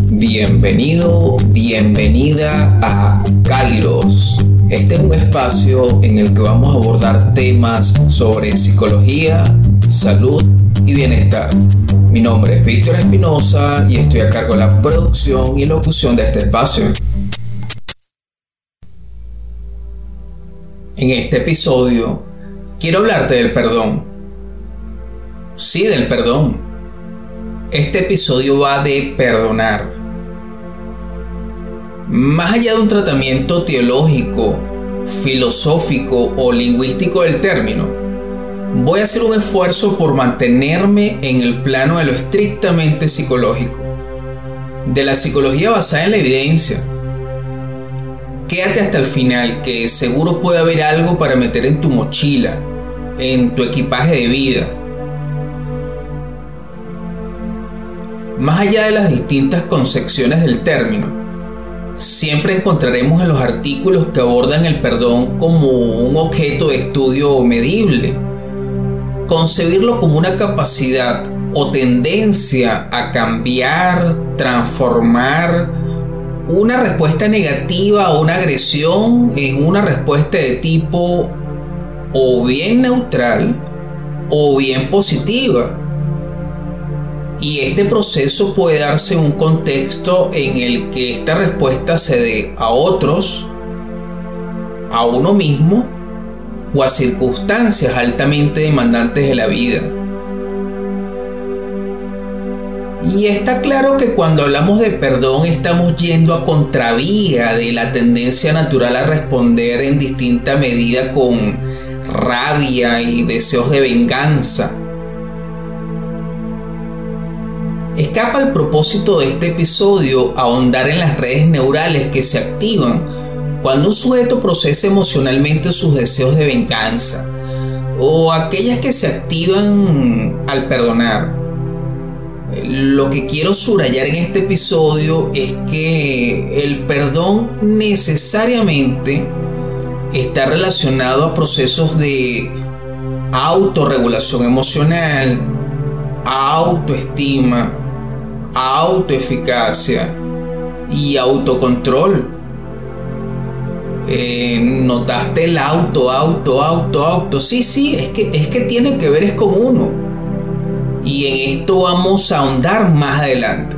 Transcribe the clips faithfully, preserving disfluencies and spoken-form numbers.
Bienvenido, bienvenida a Kairos. Este es un espacio en el que vamos a abordar temas sobre psicología, salud y bienestar. Mi nombre es Víctor Espinosa y estoy a cargo de la producción y locución de este espacio. En este episodio quiero hablarte del perdón. Sí, del perdón. Este episodio va de perdonar. Más allá de un tratamiento teológico, filosófico o lingüístico del término, voy a hacer un esfuerzo por mantenerme en el plano de lo estrictamente psicológico, de la psicología basada en la evidencia. Quédate hasta el final, que seguro puede haber algo para meter en tu mochila, en tu equipaje de vida. Más allá de las distintas concepciones del término, siempre encontraremos en los artículos que abordan el perdón como un objeto de estudio medible. Concebirlo como una capacidad o tendencia a cambiar, transformar una respuesta negativa a una agresión en una respuesta de tipo o bien neutral o bien positiva. Y este proceso puede darse en un contexto en el que esta respuesta se dé a otros, a uno mismo o a circunstancias altamente demandantes de la vida. Y está claro que cuando hablamos de perdón estamos yendo a contravía de la tendencia natural a responder en distinta medida con rabia y deseos de venganza. Escapa el propósito de este episodio ahondar en las redes neurales que se activan cuando un sujeto procesa emocionalmente sus deseos de venganza o aquellas que se activan al perdonar. Lo que quiero subrayar en este episodio es que el perdón necesariamente está relacionado a procesos de autorregulación emocional, autoestima, autoeficacia y autocontrol. Eh, ¿Notaste el auto, auto, auto, auto? Sí, sí, es que, es que tiene que ver es con uno. Y en esto vamos a ahondar más adelante.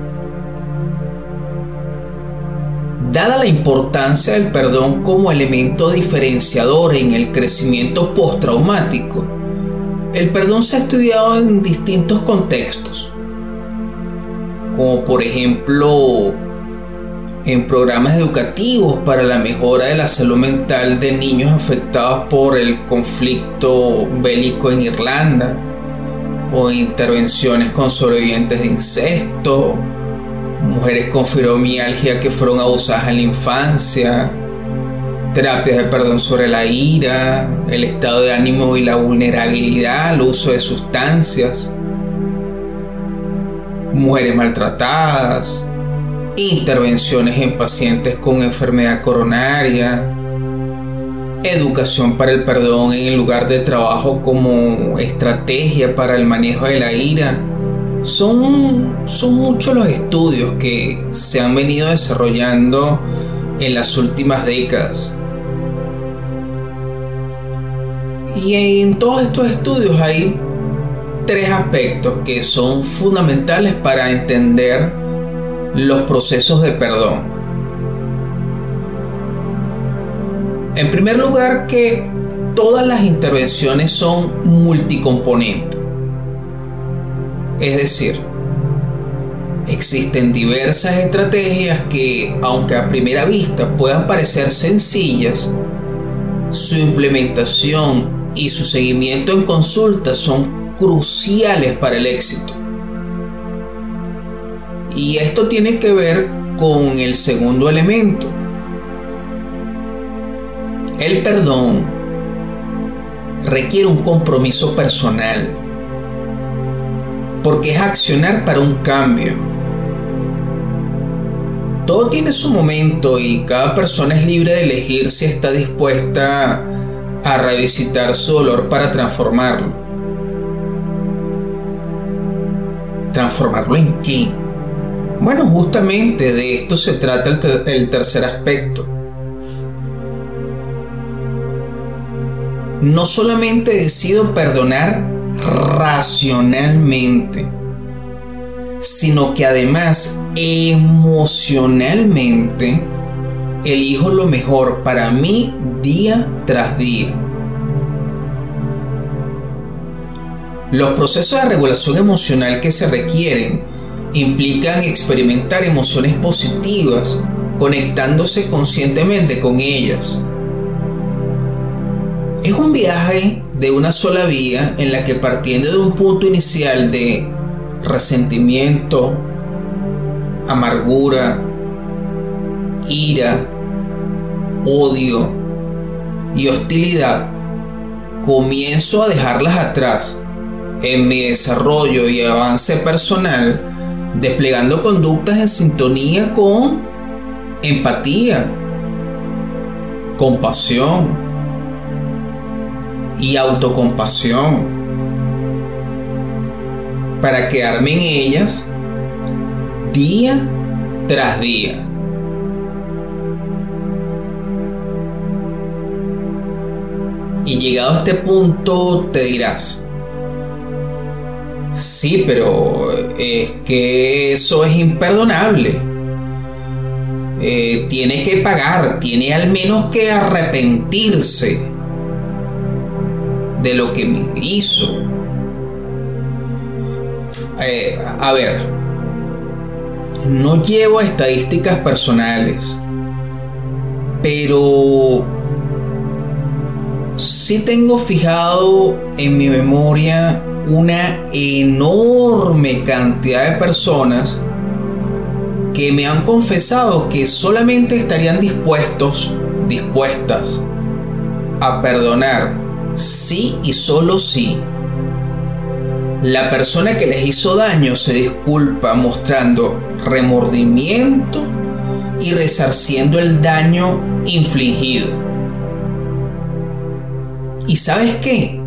Dada la importancia del perdón como elemento diferenciador en el crecimiento postraumático, el perdón se ha estudiado en distintos contextos, como por ejemplo en programas educativos para la mejora de la salud mental de niños afectados por el conflicto bélico en Irlanda, o intervenciones con sobrevivientes de incesto, mujeres con fibromialgia que fueron abusadas en la infancia, terapias de perdón sobre la ira, el estado de ánimo y la vulnerabilidad al uso de sustancias, mujeres maltratadas, intervenciones en pacientes con enfermedad coronaria, educación para el perdón en el lugar de trabajo como estrategia para el manejo de la ira. Son, son muchos los estudios que se han venido desarrollando en las últimas décadas. Y en todos estos estudios hay tres aspectos que son fundamentales para entender los procesos de perdón. En primer lugar, que todas las intervenciones son multicomponentes. Es decir, existen diversas estrategias que, aunque a primera vista puedan parecer sencillas, su implementación y su seguimiento en consulta son cruciales para el éxito. Y esto tiene que ver con el segundo elemento. El perdón requiere un compromiso personal, porque es accionar para un cambio. Todo tiene su momento y cada persona es libre de elegir si está dispuesta a revisitar su dolor para transformarlo. ¿Transformarlo en qué? Bueno, justamente de esto se trata el, ter- el tercer aspecto. No solamente decido perdonar racionalmente, sino que además emocionalmente elijo lo mejor para mí día tras día. Los procesos de regulación emocional que se requieren implican experimentar emociones positivas, conectándose conscientemente con ellas. Es un viaje de una sola vía en la que, partiendo de un punto inicial de resentimiento, amargura, ira, odio y hostilidad, comienzo a dejarlas atrás en mi desarrollo y avance personal, desplegando conductas en sintonía con empatía, compasión y autocompasión, para quedarme en ellas día tras día. Y llegado a este punto te dirás: sí, pero es que eso es imperdonable. Eh, tiene que pagar, tiene al menos que arrepentirse de lo que me hizo. Eh, a ver, no llevo estadísticas personales, pero sí tengo fijado en mi memoria una enorme cantidad de personas que me han confesado que solamente estarían dispuestos, dispuestas a perdonar sí y solo sí la persona que les hizo daño se disculpa mostrando remordimiento y resarciendo el daño infligido. ¿Y sabes qué?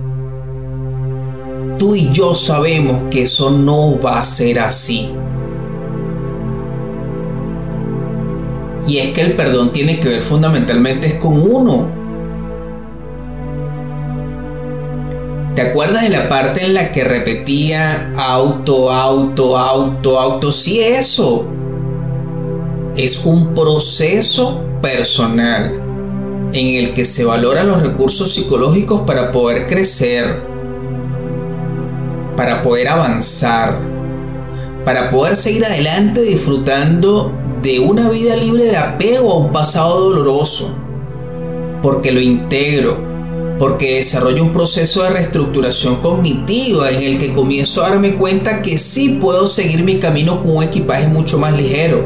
Tú y yo sabemos que eso no va a ser así. Y es que el perdón tiene que ver fundamentalmente con uno. ¿Te acuerdas de la parte en la que repetía auto, auto, auto, auto? Sí, eso es un proceso personal en el que se valoran los recursos psicológicos para poder crecer, para poder avanzar, para poder seguir adelante disfrutando de una vida libre de apego a un pasado doloroso, porque lo integro, porque desarrollo un proceso de reestructuración cognitiva en el que comienzo a darme cuenta que sí puedo seguir mi camino con un equipaje mucho más ligero.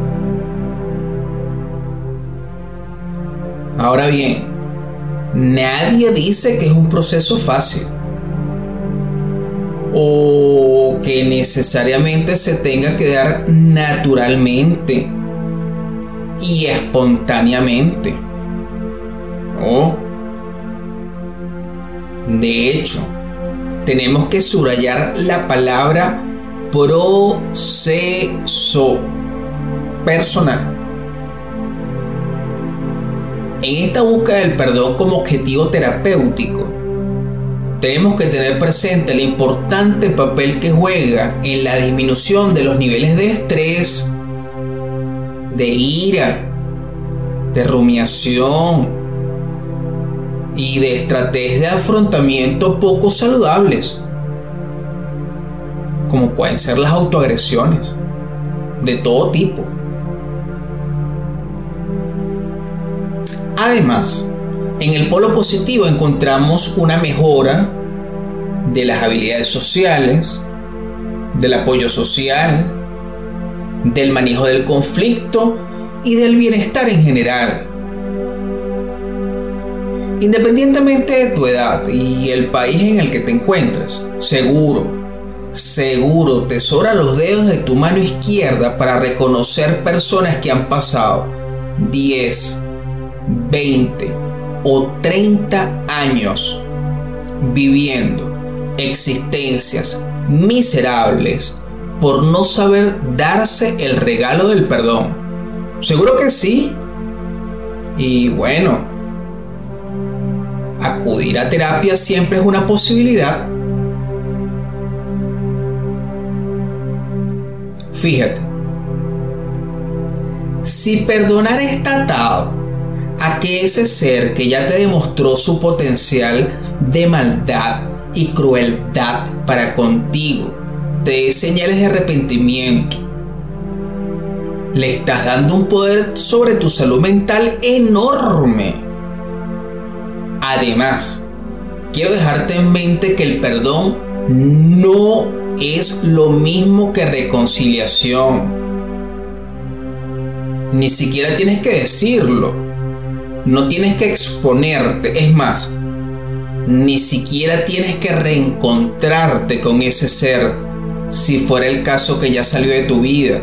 Ahora bien, nadie dice que es un proceso fácil o que necesariamente se tenga que dar naturalmente y espontáneamente. ¿No? De hecho, tenemos que subrayar la palabra proceso personal. En esta búsqueda del perdón como objetivo terapéutico, tenemos que tener presente el importante papel que juega en la disminución de los niveles de estrés, de ira, de rumiación y de estrategias de afrontamiento poco saludables, como pueden ser las autoagresiones de todo tipo. Además, en el polo positivo encontramos una mejora de las habilidades sociales, del apoyo social, del manejo del conflicto y del bienestar en general. Independientemente de tu edad y el país en el que te encuentres, seguro, seguro te sobra los dedos de tu mano izquierda para reconocer personas que han pasado diez, veinte o treinta años viviendo existencias miserables por no saber darse el regalo del perdón. Seguro que sí. Y bueno, acudir a terapia siempre es una posibilidad. Fíjate, si perdonar está atado a que ese ser que ya te demostró su potencial de maldad y crueldad para contigo te dé señales de arrepentimiento, le estás dando un poder sobre tu salud mental enorme. Además, quiero dejarte en mente que el perdón no es lo mismo que reconciliación. Ni siquiera tienes que decirlo. No tienes que exponerte. Es más, ni siquiera tienes que reencontrarte con ese ser, si fuera el caso que ya salió de tu vida.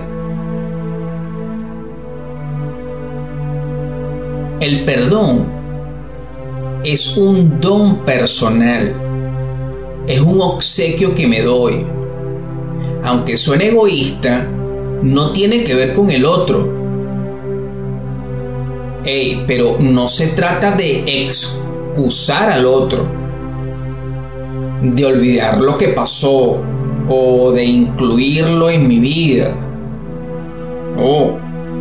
El perdón es un don personal, es un obsequio que me doy. Aunque suene egoísta, no tiene que ver con el otro. Ey, pero no se trata de excusar al otro, de olvidar lo que pasó o de incluirlo en mi vida. Oh.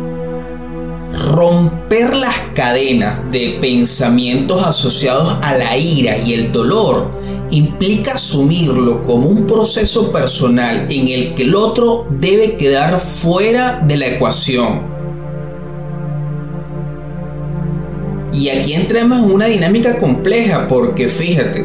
Romper las cadenas de pensamientos asociados a la ira y el dolor implica asumirlo como un proceso personal en el que el otro debe quedar fuera de la ecuación. Y aquí entramos en una dinámica compleja porque fíjate,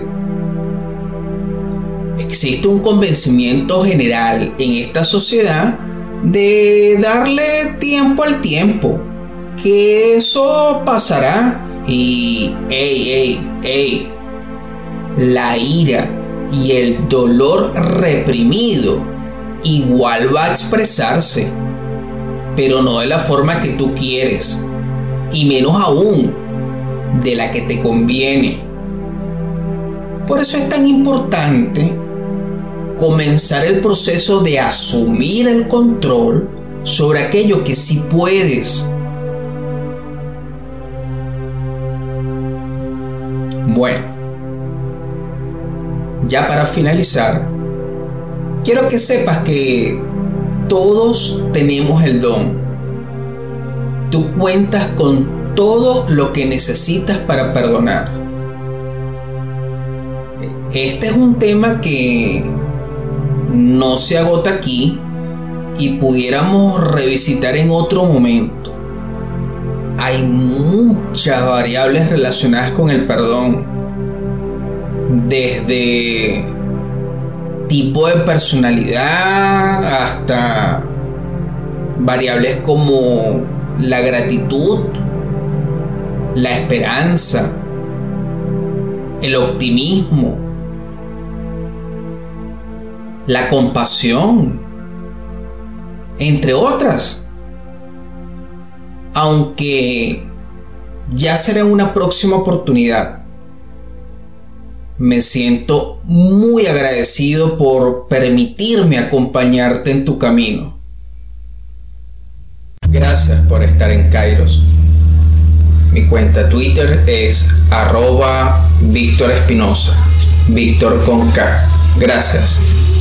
existe un convencimiento general en esta sociedad de darle tiempo al tiempo, que eso pasará y ey, ey, ey, la ira y el dolor reprimido igual va a expresarse, pero no de la forma que tú quieres, y menos aún de la que te conviene. Por eso es tan importante comenzar el proceso de asumir el control sobre aquello que sí puedes. Bueno, ya para finalizar, quiero que sepas que todos tenemos el don. Tú cuentas con todo lo que necesitas para perdonar. Este es un tema que no se agota aquí y pudiéramos revisitar en otro momento. Hay muchas variables relacionadas con el perdón, desde tipo de personalidad hasta variables como la gratitud, la esperanza, el optimismo, la compasión, entre otras. Aunque ya será una próxima oportunidad. Me siento muy agradecido por permitirme acompañarte en tu camino. Gracias por estar en Kairos. Mi cuenta Twitter es arroba Víctor Espinosa, Víctor con K. Gracias.